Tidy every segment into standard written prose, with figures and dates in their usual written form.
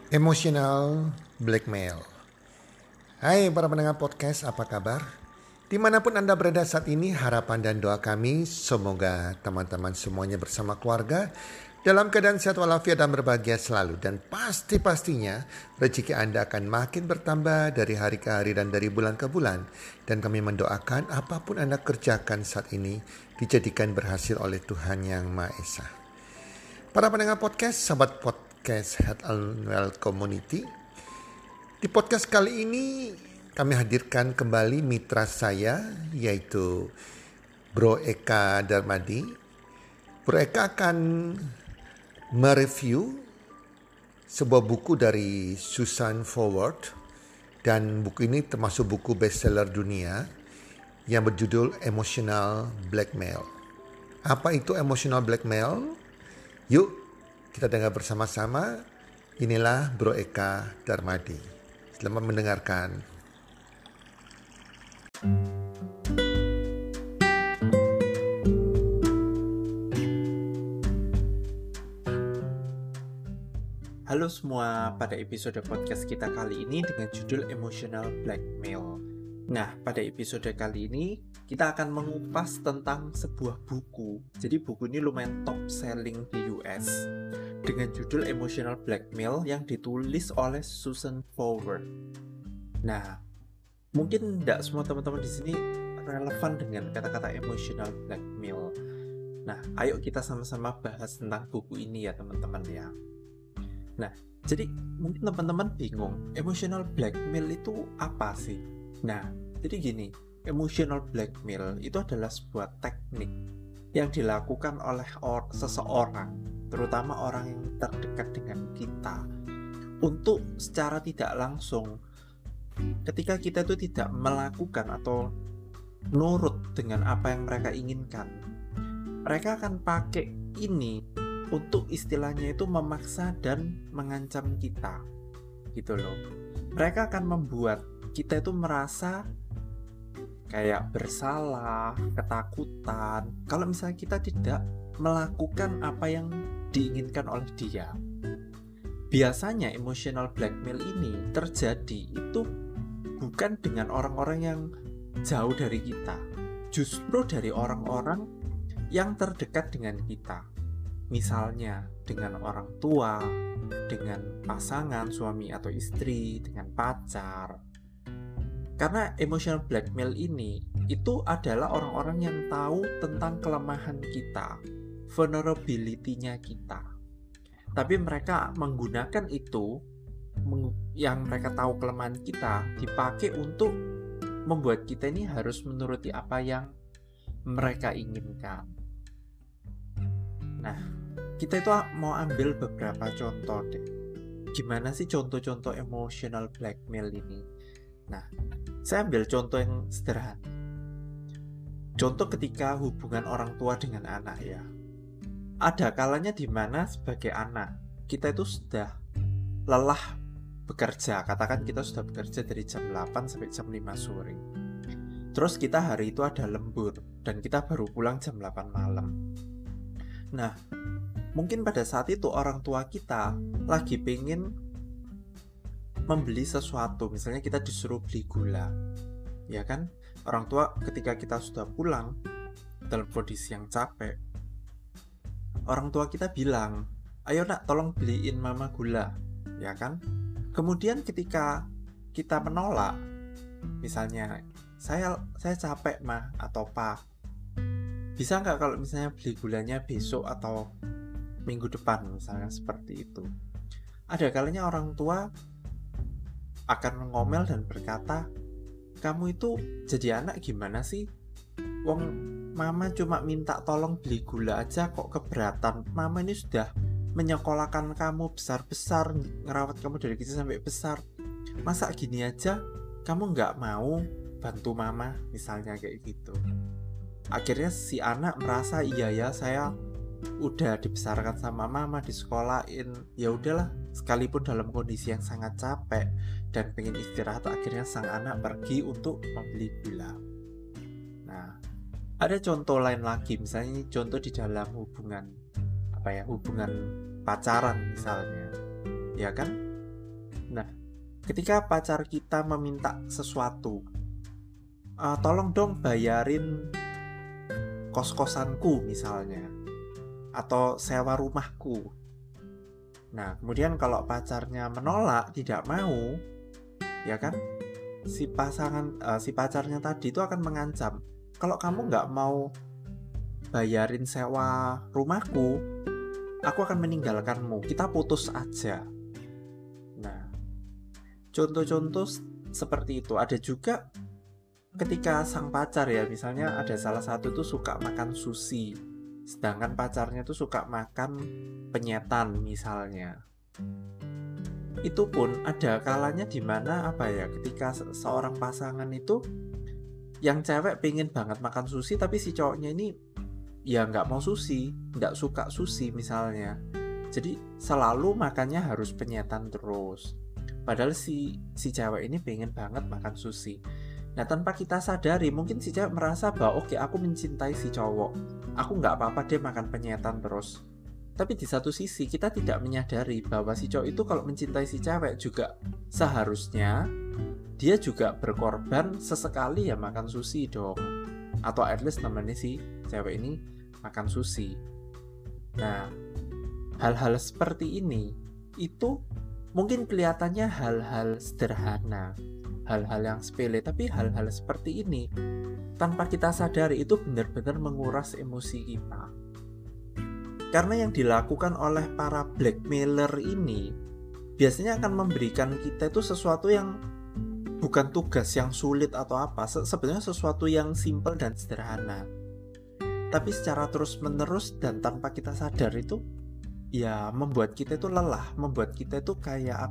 Emotional blackmail. Hai para pendengar podcast, apa kabar? Dimanapun Anda berada saat ini, harapan dan doa kami semoga teman-teman semuanya bersama keluarga dalam keadaan sehat walafiat dan berbahagia selalu. Dan pastinya rezeki Anda akan makin bertambah dari hari ke hari dan dari bulan ke bulan. Dan kami mendoakan apapun Anda kerjakan saat ini dijadikan berhasil oleh Tuhan Yang Maha Esa. Para pendengar podcast, sahabat podcast Health and Well Community, di podcast kali ini kami hadirkan kembali mitra saya, yaitu Bro Eka Darmadi. Bro Eka akan mereview sebuah buku dari Susan Forward, dan buku ini termasuk buku bestseller dunia yang berjudul Emotional Blackmail. Apa itu emotional blackmail? Yuk kita dengar bersama-sama. Inilah Bro Eka Darmadi. Selamat mendengarkan. Halo semua, pada episode podcast kita kali ini dengan judul Emotional Blackmail. Nah, pada episode kali ini kita akan mengupas tentang sebuah buku. Jadi buku ini lumayan top selling di US dengan judul Emotional Blackmail yang ditulis oleh Susan Forward. Nah, mungkin tidak semua teman-teman di sini relevan dengan kata-kata emotional blackmail. Nah, ayo kita sama-sama bahas tentang buku ini ya teman-teman ya. Nah, jadi mungkin teman-teman bingung, emotional blackmail itu apa sih? Nah, jadi gini, emotional blackmail itu adalah sebuah teknik yang dilakukan oleh seseorang, terutama orang yang terdekat dengan kita, untuk secara tidak langsung, ketika kita itu tidak melakukan atau nurut dengan apa yang mereka inginkan, mereka akan pakai ini untuk istilahnya itu memaksa dan mengancam kita, gitu loh. Mereka akan membuat kita itu merasa kayak bersalah, ketakutan kalau misalnya kita tidak melakukan apa yang diinginkan oleh dia. Biasanya emotional blackmail ini terjadi itu bukan dengan orang-orang yang jauh dari kita, justru dari orang-orang yang terdekat dengan kita. Misalnya dengan orang tua, dengan pasangan, suami atau istri, dengan pacar. Karena emotional blackmail ini itu adalah orang-orang yang tahu tentang kelemahan kita, vulnerability-nya kita. Tapi mereka menggunakan itu, yang mereka tahu kelemahan kita, dipakai untuk membuat kita ini harus menuruti apa yang mereka inginkan. Nah, kita itu mau ambil beberapa contoh deh. Gimana sih contoh-contoh emotional blackmail ini? Nah, saya ambil contoh yang sederhana. Contoh ketika hubungan orang tua dengan anak ya. Ada kalanya di mana sebagai anak, kita itu sudah lelah bekerja. Katakan kita sudah bekerja dari jam 8 sampai jam 5 sore. Terus kita hari itu ada lembur, dan kita baru pulang jam 8 malam. Nah, mungkin pada saat itu orang tua kita lagi pengen membeli sesuatu, misalnya kita disuruh beli gula, ya kan? Orang tua ketika kita sudah pulang dalam kondisi yang capek, orang tua kita bilang, ayo nak tolong beliin mama gula, ya kan? Kemudian ketika kita menolak, misalnya saya capek mah atau pa, bisa nggak kalau misalnya beli gulanya besok atau minggu depan, misalnya seperti itu. Ada kalanya orang tua akan ngomel dan berkata, kamu itu jadi anak gimana sih? Wong mama cuma minta tolong beli gula aja kok keberatan. Mama ini sudah menyekolahkan kamu besar-besar, ngerawat kamu dari kecil sampai besar. Masa gini aja kamu nggak mau bantu mama, misalnya kayak gitu. Akhirnya si anak merasa, iya ya saya udah dibesarkan sama mama, disekolahin, ya udahlah, sekalipun dalam kondisi yang sangat capek dan pengen istirahat, akhirnya sang anak pergi untuk membeli gula. Nah, ada contoh lain lagi, misalnya contoh di dalam hubungan pacaran misalnya, ya kan? Nah, ketika pacar kita meminta sesuatu, tolong dong bayarin kos-kosanku misalnya, atau sewa rumahku. Nah, kemudian kalau pacarnya menolak, tidak mau, ya kan, si pacarnya tadi itu akan mengancam, kalau kamu nggak mau bayarin sewa rumahku, aku akan meninggalkanmu, kita putus aja. Nah, contoh-contoh seperti itu. Ada juga ketika sang pacar ya, misalnya ada salah satu tuh suka makan sushi, sedangkan pacarnya tuh suka makan penyetan misalnya. Itu pun ada kalanya dimana ketika seorang pasangan itu, yang cewek pengen banget makan sushi tapi si cowoknya ini ya nggak mau sushi, nggak suka sushi misalnya. Jadi selalu makannya harus penyetan terus. Padahal si cewek ini pengen banget makan sushi. Nah, tanpa kita sadari, mungkin si cewek merasa bahwa oke, aku mencintai si cowok, aku nggak apa-apa dia makan penyetan terus. Tapi di satu sisi kita tidak menyadari bahwa si cowok itu kalau mencintai si cewek juga seharusnya dia juga berkorban sesekali ya makan sushi dong, atau at least temennya si cewek ini makan sushi. Nah, hal-hal seperti ini itu mungkin kelihatannya hal-hal sederhana, hal-hal yang sepele, tapi hal-hal seperti ini tanpa kita sadari itu benar-benar menguras emosi kita. Karena yang dilakukan oleh para blackmailer ini biasanya akan memberikan kita itu sesuatu yang bukan tugas yang sulit atau apa, sebenarnya sesuatu yang simple dan sederhana. Tapi secara terus-menerus dan tanpa kita sadar itu ya membuat kita itu lelah, membuat kita itu kayak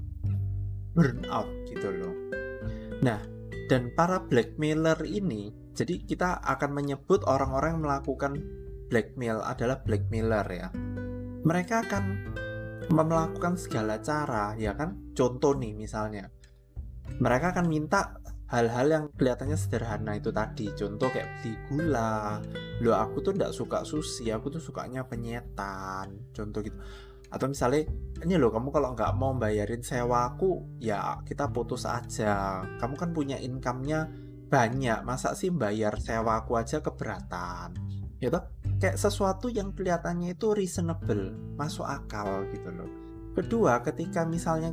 burn out gitu loh. Nah, dan para blackmailer ini, jadi kita akan menyebut orang-orang yang melakukan blackmail adalah blackmailer ya. Mereka akan melakukan segala cara, ya kan? Contoh nih misalnya, mereka akan minta hal-hal yang kelihatannya sederhana itu tadi. Contoh kayak beli gula, loh aku tuh nggak suka sushi, aku tuh sukanya penyetan, contoh gitu. Atau misalnya, ini loh kamu kalau nggak mau bayarin sewaku, ya kita putus aja. Kamu kan punya income-nya banyak, masa sih bayar sewaku aja keberatan? Gitu. Kayak sesuatu yang kelihatannya itu reasonable, masuk akal gitu loh. Kedua, ketika misalnya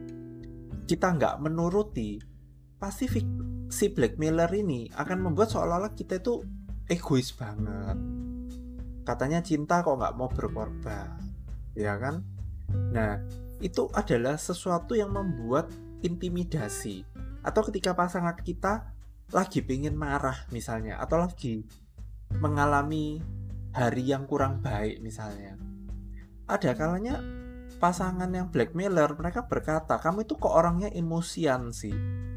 kita nggak menuruti, pasti si blackmailer ini akan membuat seolah-olah kita itu egois banget. Katanya cinta kok nggak mau berkorban, ya kan? Nah, itu adalah sesuatu yang membuat intimidasi. Atau ketika pasangan kita lagi pengen marah misalnya, atau lagi mengalami hari yang kurang baik misalnya, ada kalanya pasangan yang blackmailer mereka berkata, kamu itu kok orangnya emosian sih,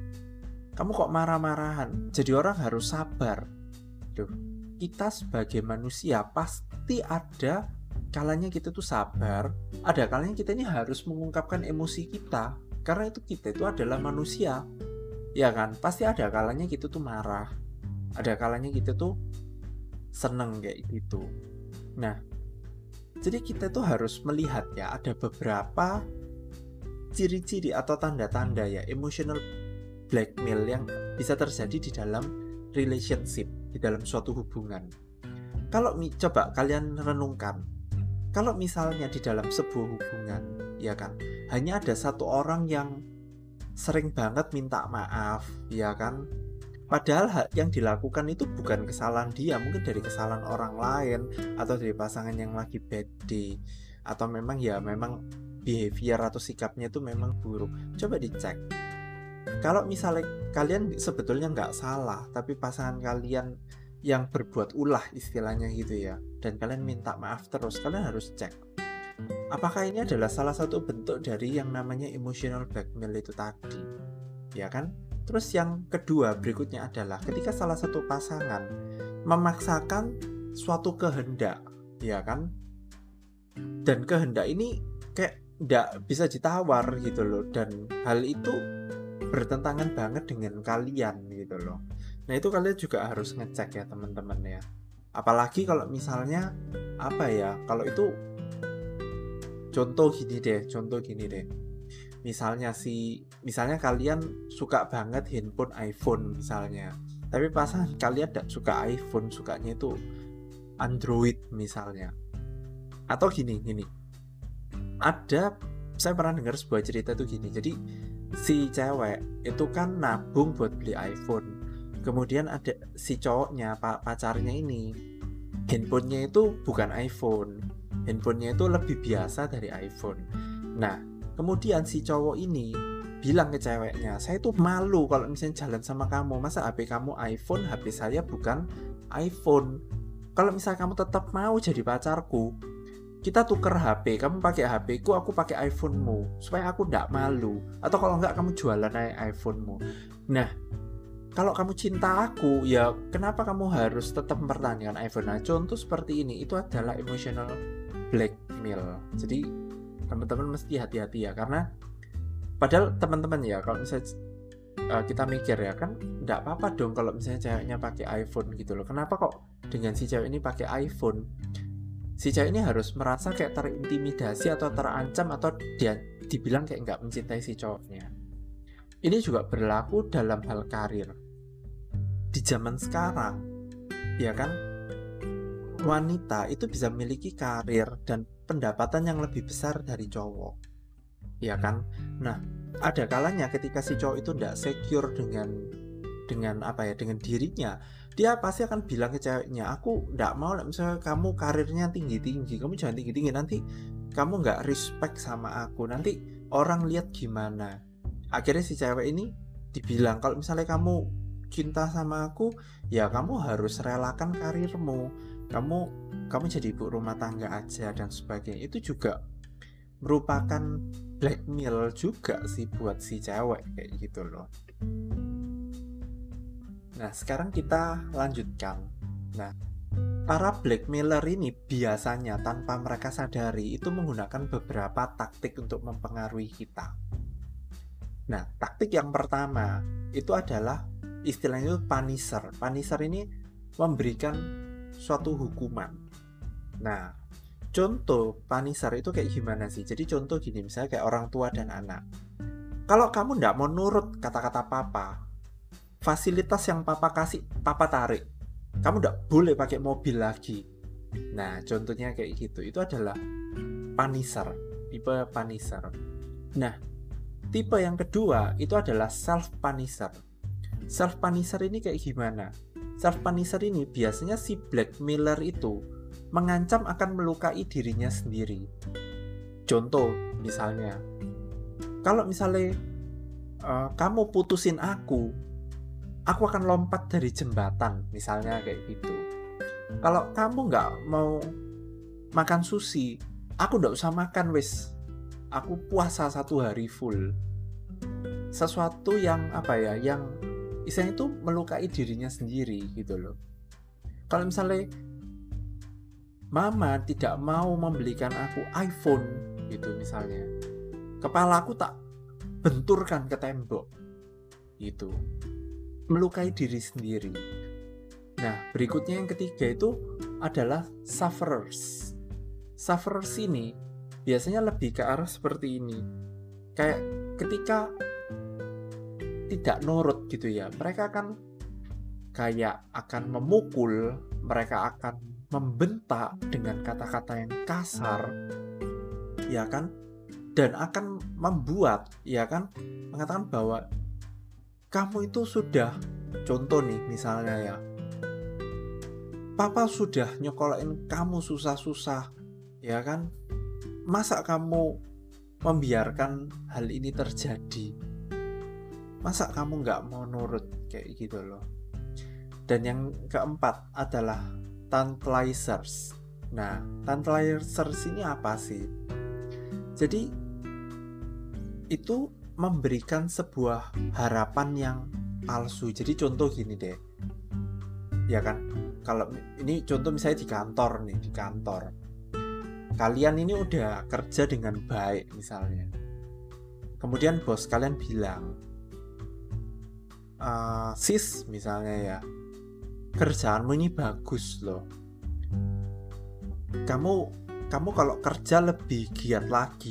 kamu kok marah-marahan, jadi orang harus sabar. Duh, kita sebagai manusia pasti ada kalanya kita tuh sabar, ada kalanya kita ini harus mengungkapkan emosi kita, karena itu kita itu adalah manusia, ya kan? Pasti ada kalanya kita tuh marah, ada kalanya kita tuh seneng kayak gitu. Nah, jadi kita tuh harus melihat ya, ada beberapa ciri-ciri atau tanda-tanda ya emotional blackmail yang bisa terjadi di dalam relationship, di dalam suatu hubungan. Kalau coba kalian renungkan, kalau misalnya di dalam sebuah hubungan, ya kan, hanya ada satu orang yang sering banget minta maaf, ya kan, padahal yang dilakukan itu bukan kesalahan dia, mungkin dari kesalahan orang lain atau dari pasangan yang lagi bad day, atau memang behavior atau sikapnya itu memang buruk. Coba dicek. Kalau misalnya kalian sebetulnya nggak salah, tapi pasangan kalian yang berbuat ulah istilahnya gitu ya, dan kalian minta maaf terus, kalian harus cek apakah ini adalah salah satu bentuk dari yang namanya emotional blackmail itu tadi, ya kan? Terus yang kedua berikutnya adalah ketika salah satu pasangan memaksakan suatu kehendak, ya kan? Dan kehendak ini kayak nggak bisa ditawar gitu loh, dan hal itu bertentangan banget dengan kalian gitu loh. Nah, itu kalian juga harus ngecek ya teman-teman ya. Apalagi kalau misalnya kalau itu contoh gini deh. Misalnya kalian suka banget handphone iPhone misalnya, tapi pasangan kalian tidak suka iPhone, sukanya itu Android misalnya. Atau gini, saya pernah dengar sebuah cerita tuh gini. Jadi si cewek itu kan nabung buat beli iPhone. Kemudian ada si cowoknya, pacarnya ini, handphonenya itu bukan iPhone. Handphonenya itu lebih biasa dari iPhone. Nah, kemudian si cowok ini bilang ke ceweknya, saya tuh malu kalau misalnya jalan sama kamu. Masa HP kamu iPhone, HP saya bukan iPhone. Kalau misalnya kamu tetap mau jadi pacarku, kita tuker HP, kamu pakai HP ku, aku pakai iPhone-mu, supaya aku ndak malu. Atau kalau enggak, kamu jualan aja iPhone-mu. Nah, kalau kamu cinta aku, ya kenapa kamu harus tetap mempertahankan iPhone? Nah, contoh seperti ini, itu adalah emotional blackmail. Jadi, teman-teman mesti hati-hati ya, karena padahal teman-teman ya, kalau misalnya kita mikir ya, kan ndak apa-apa dong kalau misalnya ceweknya pakai iPhone gitu loh. Kenapa kok dengan si cewek ini pakai iPhone? Si cewek ini harus merasa kayak terintimidasi atau terancam, atau dia dibilang kayak nggak mencintai si cowoknya. Ini juga berlaku dalam hal karir. Di zaman sekarang, ya kan, wanita itu bisa memiliki karir dan pendapatan yang lebih besar dari cowok, ya kan. Nah, ada kalanya ketika si cowok itu nggak secure dengan dirinya, dia pasti akan bilang ke ceweknya, aku nggak mau misalnya kamu karirnya tinggi-tinggi, kamu jangan tinggi-tinggi, nanti kamu nggak respect sama aku, nanti orang lihat gimana. Akhirnya si cewek ini dibilang, kalau misalnya kamu cinta sama aku, ya kamu harus relakan karirmu, kamu jadi ibu rumah tangga aja dan sebagainya. Itu juga merupakan blackmail juga sih buat si cewek kayak gitu loh. Nah, sekarang kita lanjutkan. Nah, para blackmailer ini biasanya tanpa mereka sadari itu menggunakan beberapa taktik untuk mempengaruhi kita. Nah, taktik yang pertama itu adalah istilahnya itu punisher. Punisher ini memberikan suatu hukuman. Nah, contoh punisher itu kayak gimana sih? Jadi contoh gini, misalnya kayak orang tua dan anak. Kalau kamu nggak mau nurut kata-kata papa, fasilitas yang papa kasih, papa tarik. Kamu nggak boleh pakai mobil lagi. Nah, contohnya kayak gitu. Itu adalah punisher, tipe punisher. Nah, tipe yang kedua itu adalah self punisher. Self punisher ini kayak gimana? Self punisher ini biasanya si blackmailer itu mengancam akan melukai dirinya sendiri. Contoh, misalnya, kalau misalnya kamu putusin aku akan lompat dari jembatan, misalnya kayak gitu. Kalau kamu nggak mau makan sushi, aku nggak usah makan wes. Aku puasa 1 hari full. Sesuatu yang yang istilahnya itu melukai dirinya sendiri gitu loh. Kalau misalnya mama tidak mau membelikan aku iPhone gitu misalnya, kepalaku tak benturkan ke tembok gitu. Melukai diri sendiri. Nah, berikutnya yang ketiga itu adalah sufferers. Sufferers ini biasanya lebih ke arah seperti ini. Kayak ketika tidak nurut gitu ya, mereka akan kayak akan memukul, mereka akan membentak dengan kata-kata yang kasar, ya kan? Dan akan membuat, ya kan, mengatakan bahwa kamu itu sudah, contoh nih misalnya ya, papa sudah nyokolain kamu susah-susah, ya kan, masa kamu membiarkan hal ini terjadi, masa kamu nggak mau nurut, kayak gitu loh. Dan yang keempat adalah tantalizers. Nah, tantalizers ini apa sih? Jadi itu memberikan sebuah harapan yang palsu. Jadi contoh gini deh, ya kan, kalau ini contoh misalnya di kantor nih, di kantor kalian ini udah kerja dengan baik misalnya, kemudian bos kalian bilang, sis misalnya ya, kerjaanmu ini bagus loh, kamu kalau kerja lebih giat lagi,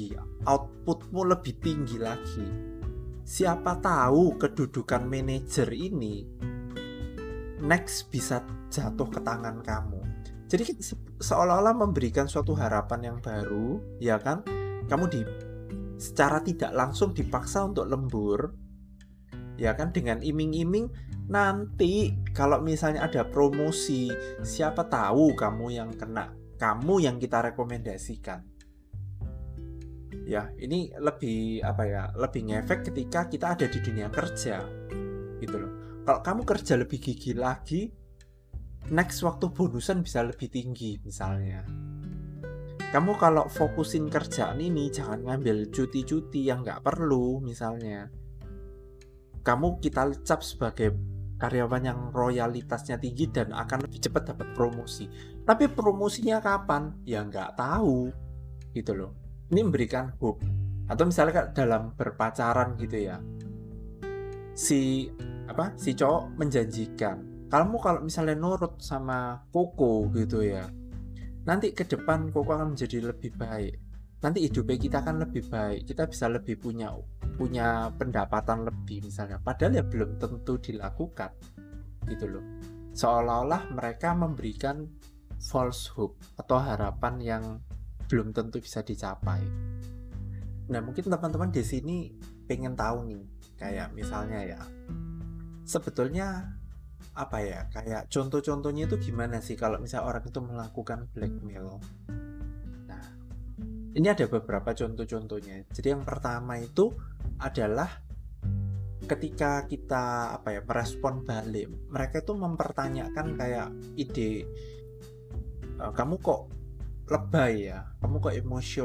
outputmu lebih tinggi lagi. Siapa tahu kedudukan manajer ini next bisa jatuh ke tangan kamu. Jadi seolah-olah memberikan suatu harapan yang baru, ya kan? Kamu secara tidak langsung dipaksa untuk lembur, ya kan, dengan iming-iming nanti kalau misalnya ada promosi, siapa tahu kamu yang kena, kamu yang kita rekomendasikan. Ya, ini lebih lebih ngefek ketika kita ada di dunia kerja, gitu loh. Kalau kamu kerja lebih gigih lagi, next waktu bonusan bisa lebih tinggi misalnya. Kamu kalau fokusin kerjaan ini, jangan ngambil cuti-cuti yang nggak perlu misalnya. Kamu kita cap sebagai karyawan yang royalitasnya tinggi dan akan lebih cepat dapat promosi. Tapi promosinya kapan? Ya nggak tahu, gitu loh. Ini memberikan hope. Atau misalnya dalam berpacaran gitu ya, si cowok menjanjikan, kamu kalau misalnya nurut sama Koko gitu ya, nanti ke depan Koko akan menjadi lebih baik, nanti hidupnya kita akan lebih baik, kita bisa lebih punya pendapatan lebih misalnya. Padahal ya belum tentu dilakukan, gitu loh. Seolah-olah mereka memberikan false hope atau harapan yang belum tentu bisa dicapai. Nah, mungkin teman-teman di sini pengen tahu nih, kayak misalnya ya, sebetulnya kayak contoh-contohnya itu gimana sih kalau misalnya orang itu melakukan blackmail. Nah, ini ada beberapa contoh-contohnya. Jadi yang pertama itu adalah ketika kita merespon balik, mereka itu mempertanyakan kayak ide, kamu kok lebay ya, kamu kok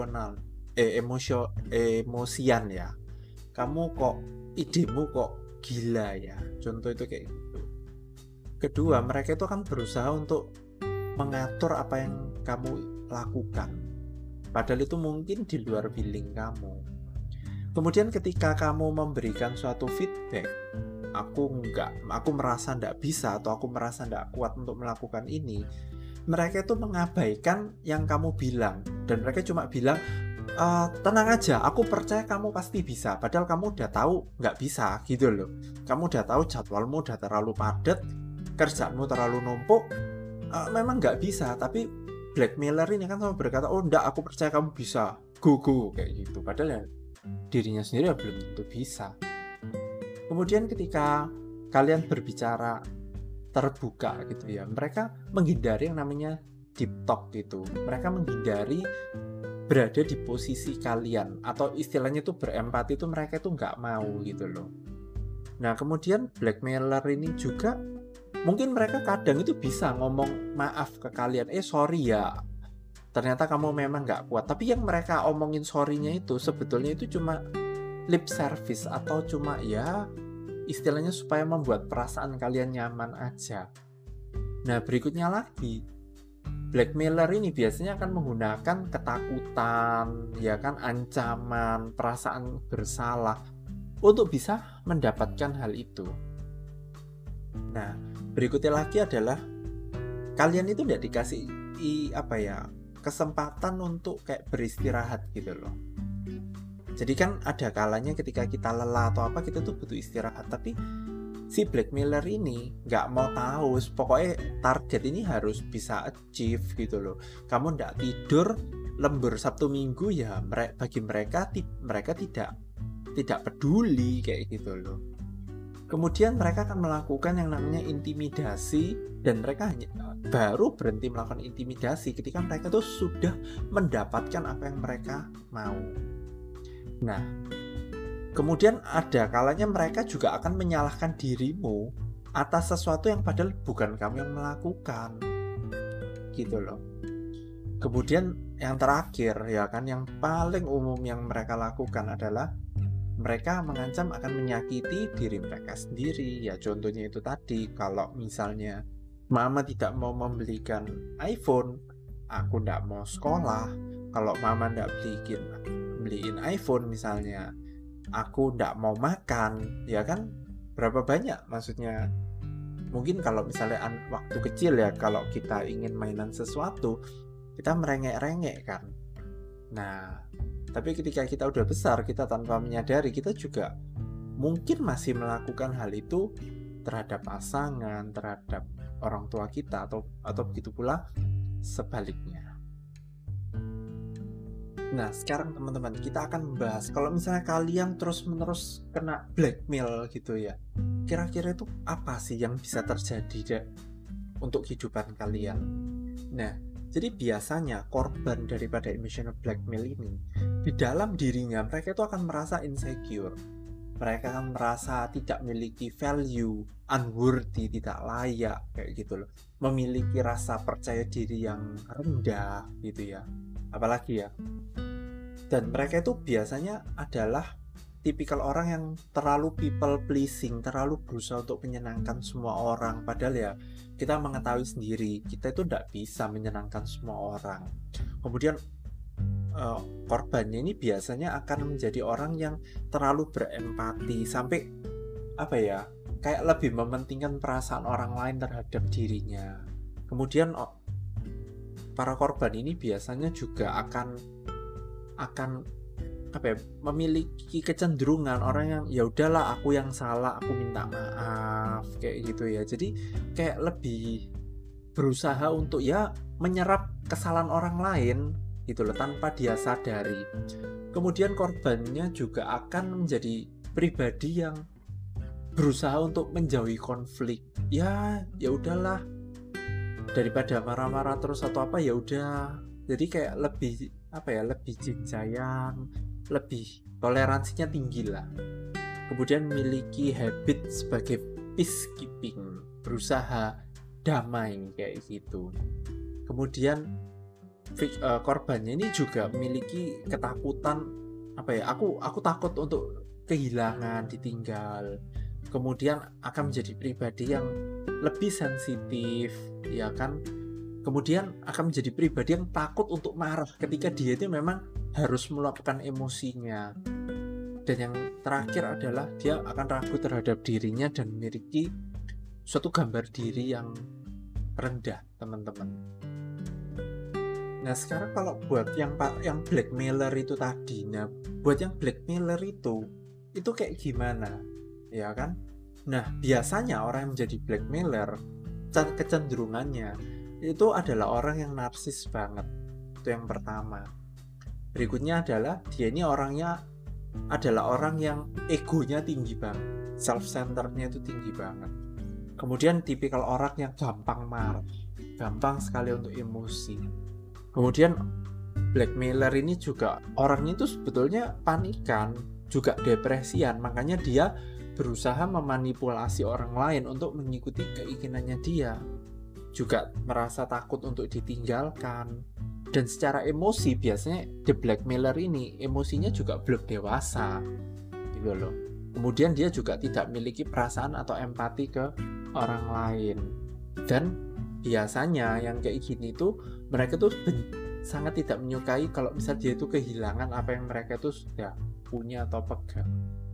emosian ya, kamu kok idemu kok gila ya, contoh itu kayak gitu. Kedua, mereka itu akan berusaha untuk mengatur apa yang kamu lakukan, padahal itu mungkin di luar feeling kamu. Kemudian ketika kamu memberikan suatu feedback, aku merasa nggak bisa atau aku merasa nggak kuat untuk melakukan ini, mereka itu mengabaikan yang kamu bilang, dan mereka cuma bilang, tenang aja, aku percaya kamu pasti bisa. Padahal kamu udah tahu nggak bisa, gitu loh. Kamu udah tahu jadwalmu udah terlalu padat, kerjaanmu terlalu numpuk, memang nggak bisa. Tapi blackmailer ini kan sama berkata, oh enggak, aku percaya kamu bisa, go kayak gitu. Padahal ya dirinya sendiri ya belum tentu bisa. Kemudian ketika kalian berbicara terbuka gitu ya, mereka menghindari yang namanya deep talk gitu. Mereka menghindari berada di posisi kalian, atau istilahnya itu berempati, itu mereka itu nggak mau gitu loh. Nah, kemudian blackmailer ini juga mungkin mereka kadang itu bisa ngomong maaf ke kalian, sorry ya, ternyata kamu memang nggak kuat. Tapi yang mereka omongin sorry-nya itu sebetulnya itu cuma lip service, atau cuma ya istilahnya supaya membuat perasaan kalian nyaman aja. Nah, berikutnya lagi, blackmailer ini biasanya akan menggunakan ketakutan, ya kan, ancaman, perasaan bersalah untuk bisa mendapatkan hal itu. Nah, berikutnya lagi adalah kalian itu tidak dikasih kesempatan untuk kayak beristirahat gitu loh. Jadi kan ada kalanya ketika kita lelah atau apa, kita tuh butuh istirahat, tapi si blackmailer ini nggak mau tahu, pokoknya target ini harus bisa achieve gitu loh. Kamu nggak tidur, lembur Sabtu Minggu ya, bagi mereka tidak peduli kayak gitu loh. Kemudian mereka akan melakukan yang namanya intimidasi, dan mereka baru berhenti melakukan intimidasi ketika mereka tuh sudah mendapatkan apa yang mereka mau. Nah, kemudian ada kalanya mereka juga akan menyalahkan dirimu atas sesuatu yang padahal bukan kamu yang melakukan, gitu loh. Kemudian yang terakhir ya kan, yang paling umum yang mereka lakukan adalah mereka mengancam akan menyakiti diri mereka sendiri. Ya contohnya itu tadi, kalau misalnya mama tidak mau membelikan iPhone, aku tidak mau sekolah. Kalau mama tidak beliin iPhone misalnya, aku tidak mau makan, ya kan? Berapa banyak maksudnya? Mungkin kalau misalnya waktu kecil ya, kalau kita ingin mainan sesuatu, kita merengek-rengek kan. Nah, Tapi ketika kita udah besar, kita tanpa menyadari, kita juga mungkin masih melakukan hal itu terhadap pasangan, terhadap orang tua kita, atau begitu pula sebaliknya. Nah, sekarang teman-teman, kita akan membahas kalau misalnya kalian terus-menerus kena blackmail gitu ya. Kira-kira itu apa sih yang bisa terjadi untuk kehidupan kalian? Nah, jadi biasanya korban daripada emotional blackmail ini, di dalam dirinya mereka itu akan merasa insecure. Mereka akan merasa tidak memiliki value, unworthy, tidak layak, kayak gitu loh. Memiliki rasa percaya diri yang rendah gitu ya. Apalagi ya. Dan mereka itu biasanya adalah tipikal orang yang terlalu people pleasing, terlalu berusaha untuk menyenangkan semua orang. Padahal ya kita mengetahui sendiri, kita itu tidak bisa menyenangkan semua orang. Kemudian korbannya ini biasanya akan menjadi orang yang terlalu berempati, sampai kayak lebih mementingkan perasaan orang lain terhadap dirinya. Kemudian para korban ini biasanya juga akan memiliki kecenderungan orang yang ya udahlah, aku yang salah, aku minta maaf, kayak gitu ya. Jadi kayak lebih berusaha untuk ya menyerap kesalahan orang lain gitu loh, tanpa dia sadari. Kemudian korbannya juga akan menjadi pribadi yang berusaha untuk menjauhi konflik. Ya udahlah, daripada marah-marah terus atau apa, ya udah. Jadi kayak lebih jinjayang, lebih toleransinya tinggi lah. Kemudian memiliki habit sebagai peacekeeping, berusaha damai kayak gitu. Kemudian korbannya ini juga memiliki ketakutan aku takut untuk kehilangan, ditinggal. Kemudian akan menjadi pribadi yang lebih sensitif, ya kan? Kemudian akan menjadi pribadi yang takut untuk marah ketika dia itu memang harus meluapkan emosinya. Dan yang terakhir adalah dia akan ragu terhadap dirinya dan memiliki suatu gambar diri yang rendah, teman-teman. Nah, sekarang kalau buat yang blackmailer itu tadi, buat yang blackmailer itu kayak gimana? Ya kan? Nah, biasanya orang yang menjadi blackmailer, kecenderungannya itu adalah orang yang narsis banget. Itu yang pertama. Berikutnya adalah dia ini adalah orang yang egonya tinggi banget, self-centerednya itu tinggi banget. Kemudian tipikal orang yang gampang marah, gampang sekali untuk emosi. Kemudian blackmailer ini juga orangnya itu sebetulnya panikan, juga depresian, makanya dia berusaha memanipulasi orang lain untuk mengikuti keinginannya dia. Juga merasa takut untuk ditinggalkan. Dan secara emosi biasanya the blackmailer ini emosinya juga belum dewasa gitu loh. Kemudian dia juga tidak memiliki perasaan atau empati ke orang lain. Dan biasanya yang kayak gini tuh mereka tuh sangat tidak menyukai kalau misal dia itu kehilangan apa yang mereka tuh sudah punya atau pegang.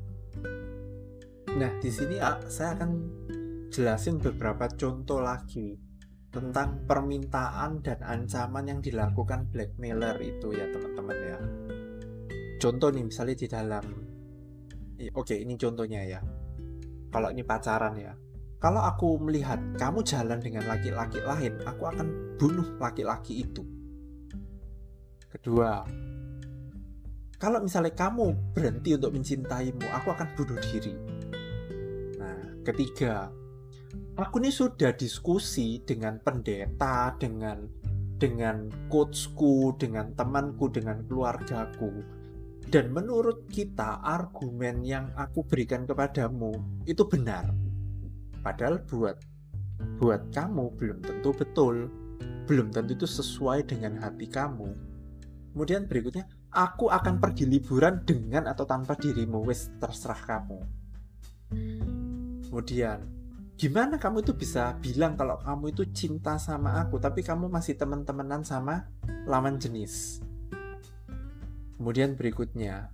Nah, di sini saya akan jelasin beberapa contoh lagi tentang permintaan dan ancaman yang dilakukan blackmailer itu ya teman-teman ya. Contoh nih, misalnya di dalam ini contohnya ya. Kalau ini pacaran ya. Kalau aku melihat kamu jalan dengan laki-laki lain, aku akan bunuh laki-laki itu. Kedua, kalau misalnya kamu berhenti untuk mencintaimu, aku akan bunuh diri. Nah, ketiga, aku ini sudah diskusi dengan pendeta, dengan coachku, dengan temanku, dengan keluargaku. Dan menurut kita argumen yang aku berikan kepadamu itu benar. Padahal buat kamu belum tentu betul. Belum tentu itu sesuai dengan hati kamu. Kemudian berikutnya, aku akan pergi liburan dengan atau tanpa dirimu, wes terserah kamu. Kemudian, gimana kamu itu bisa bilang kalau kamu itu cinta sama aku, tapi kamu masih teman-temanan sama lawan jenis? Kemudian berikutnya,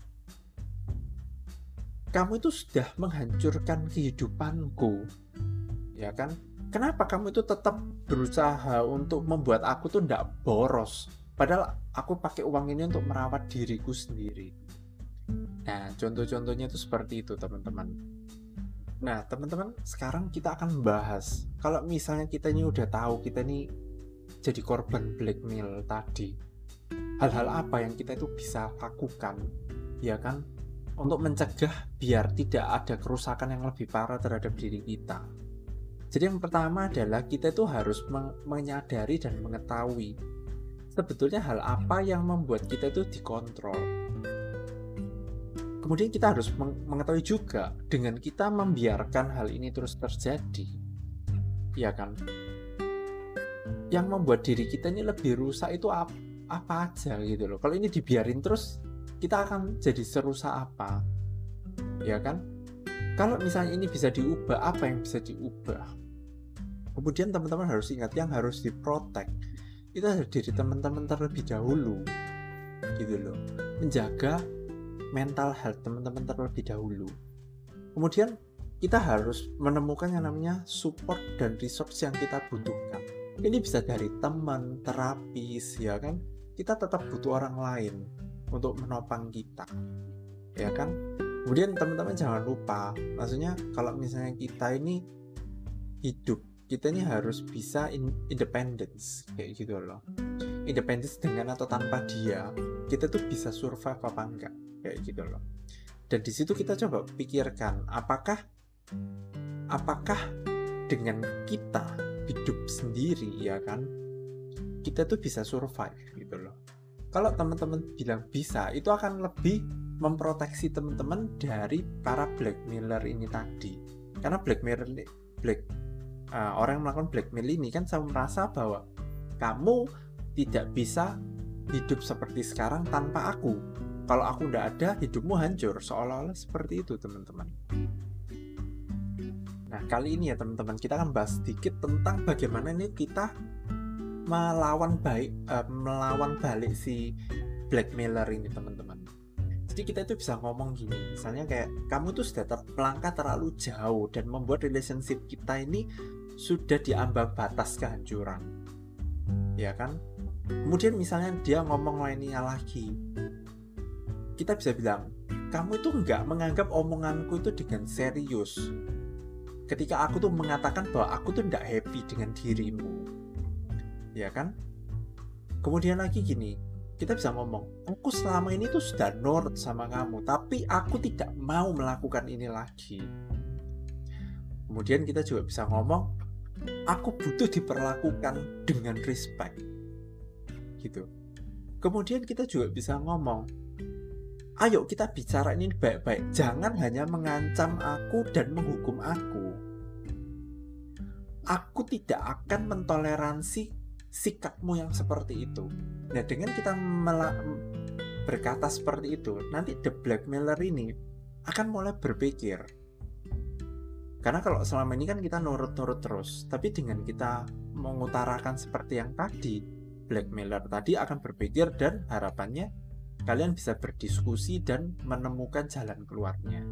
kamu itu sudah menghancurkan kehidupanku, ya kan? Kenapa kamu itu tetap berusaha untuk membuat aku tuh tidak boros, Padahal aku pakai uang ini untuk merawat diriku sendiri. Nah, contoh-contohnya itu seperti itu, teman-teman. Nah, teman-teman, sekarang kita akan bahas, kalau misalnya kita ini udah tahu kita ini jadi korban blackmail tadi, hal-hal apa yang kita itu bisa lakukan, ya kan, untuk mencegah biar tidak ada kerusakan yang lebih parah terhadap diri kita. Jadi yang pertama adalah kita itu harus menyadari dan mengetahui sebetulnya hal apa yang membuat kita itu dikontrol. Kemudian kita harus mengetahui juga dengan kita membiarkan hal ini terus terjadi, ya kan? Yang membuat diri kita ini lebih rusak itu apa aja gitu loh. Kalau ini dibiarin terus, kita akan jadi serusak apa, ya kan? Kalau misalnya ini bisa diubah, apa yang bisa diubah? Kemudian teman-teman harus ingat, yang harus diprotek itu adalah diri teman-teman terlebih dahulu, gitu loh. Menjaga mental health teman-teman terlebih dahulu. Kemudian kita harus menemukan yang namanya support dan resource yang kita butuhkan. Ini bisa dari teman, terapis, ya kan? Kita tetap butuh orang lain untuk menopang kita, ya kan? Kemudian teman-teman jangan lupa, maksudnya kalau misalnya kita ini hidup, kita ini harus bisa independence, kayak gitu loh. Independence dengan atau tanpa dia, kita tuh bisa survive apa enggak, kayak gitu loh. Dan di situ kita coba pikirkan, apakah dengan kita hidup sendiri, ya kan, kita tuh bisa survive gitu loh. Kalau teman-teman bilang bisa, itu akan lebih memproteksi teman-teman dari para blackmailer ini tadi. Karena orang yang melakukan blackmail ini kan selalu merasa bahwa kamu tidak bisa hidup seperti sekarang tanpa aku. Kalau aku tidak ada, hidupmu hancur. Seolah-olah seperti itu, teman-teman. Nah, kali ini ya teman-teman, kita akan bahas sedikit tentang bagaimana ini kita melawan balik si blackmailer ini, teman-teman. Jadi kita itu bisa ngomong gini, misalnya kayak kamu tuh sudah melangkah terlalu jauh dan membuat relationship kita ini sudah diambang batas kehancuran, ya kan? Kemudian misalnya dia ngomong lainnya lagi, kita bisa bilang, kamu itu nggak menganggap omonganku itu dengan serius. Ketika aku tuh mengatakan bahwa aku tuh nggak happy dengan dirimu, ya kan? Kemudian lagi gini, kita bisa ngomong, aku selama ini tuh sudah nurut sama kamu, tapi aku tidak mau melakukan ini lagi. Kemudian kita juga bisa ngomong, aku butuh diperlakukan dengan respect, gitu. Kemudian kita juga bisa ngomong, ayo kita bicara ini baik-baik, jangan hanya mengancam aku dan menghukum aku. Aku tidak akan mentoleransi sikapmu yang seperti itu. Nah, dengan kita berkata seperti itu, nanti the blackmailer ini akan mulai berpikir. Karena kalau selama ini kan kita nurut-nurut terus, tapi dengan kita mengutarakan seperti yang tadi, blackmailer tadi akan berpikir dan harapannya kalian bisa berdiskusi dan menemukan jalan keluarnya.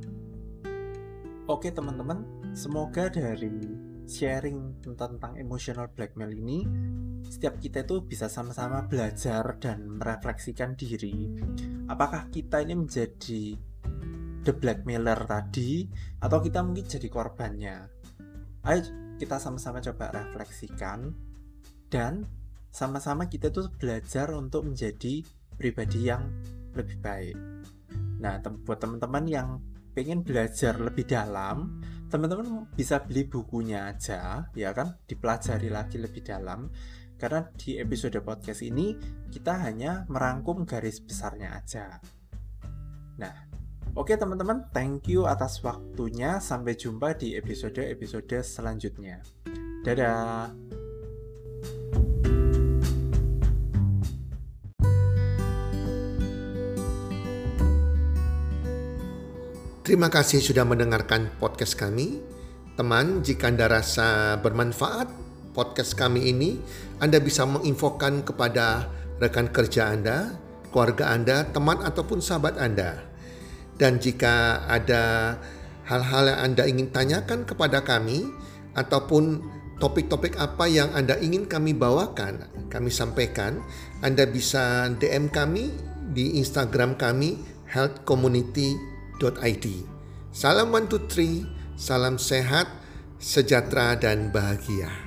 Oke teman-teman, semoga dari sharing tentang emotional blackmail ini, setiap kita itu bisa sama-sama belajar dan merefleksikan diri. Apakah kita ini menjadi the blackmailer tadi, atau kita mungkin jadi korbannya? Ayo kita sama-sama coba refleksikan, dan sama-sama kita tuh belajar untuk menjadi pribadi yang lebih baik. Nah, buat teman-teman yang pengen belajar lebih dalam, teman-teman bisa beli bukunya aja, ya kan, dipelajari lagi lebih dalam. Karena di episode podcast ini kita hanya merangkum garis besarnya aja. Nah, oke teman-teman, thank you atas waktunya. Sampai jumpa di episode-episode selanjutnya. Dadah. Terima kasih sudah mendengarkan podcast kami. Teman, jika Anda rasa bermanfaat podcast kami ini, Anda bisa menginfokan kepada rekan kerja Anda, keluarga Anda, teman ataupun sahabat Anda. Dan jika ada hal-hal yang Anda ingin tanyakan kepada kami, ataupun topik-topik apa yang Anda ingin kami bawakan, kami sampaikan, Anda bisa DM kami di Instagram kami healthcommunity.id. Salam 1, 2, 3, salam sehat, sejahtera dan bahagia.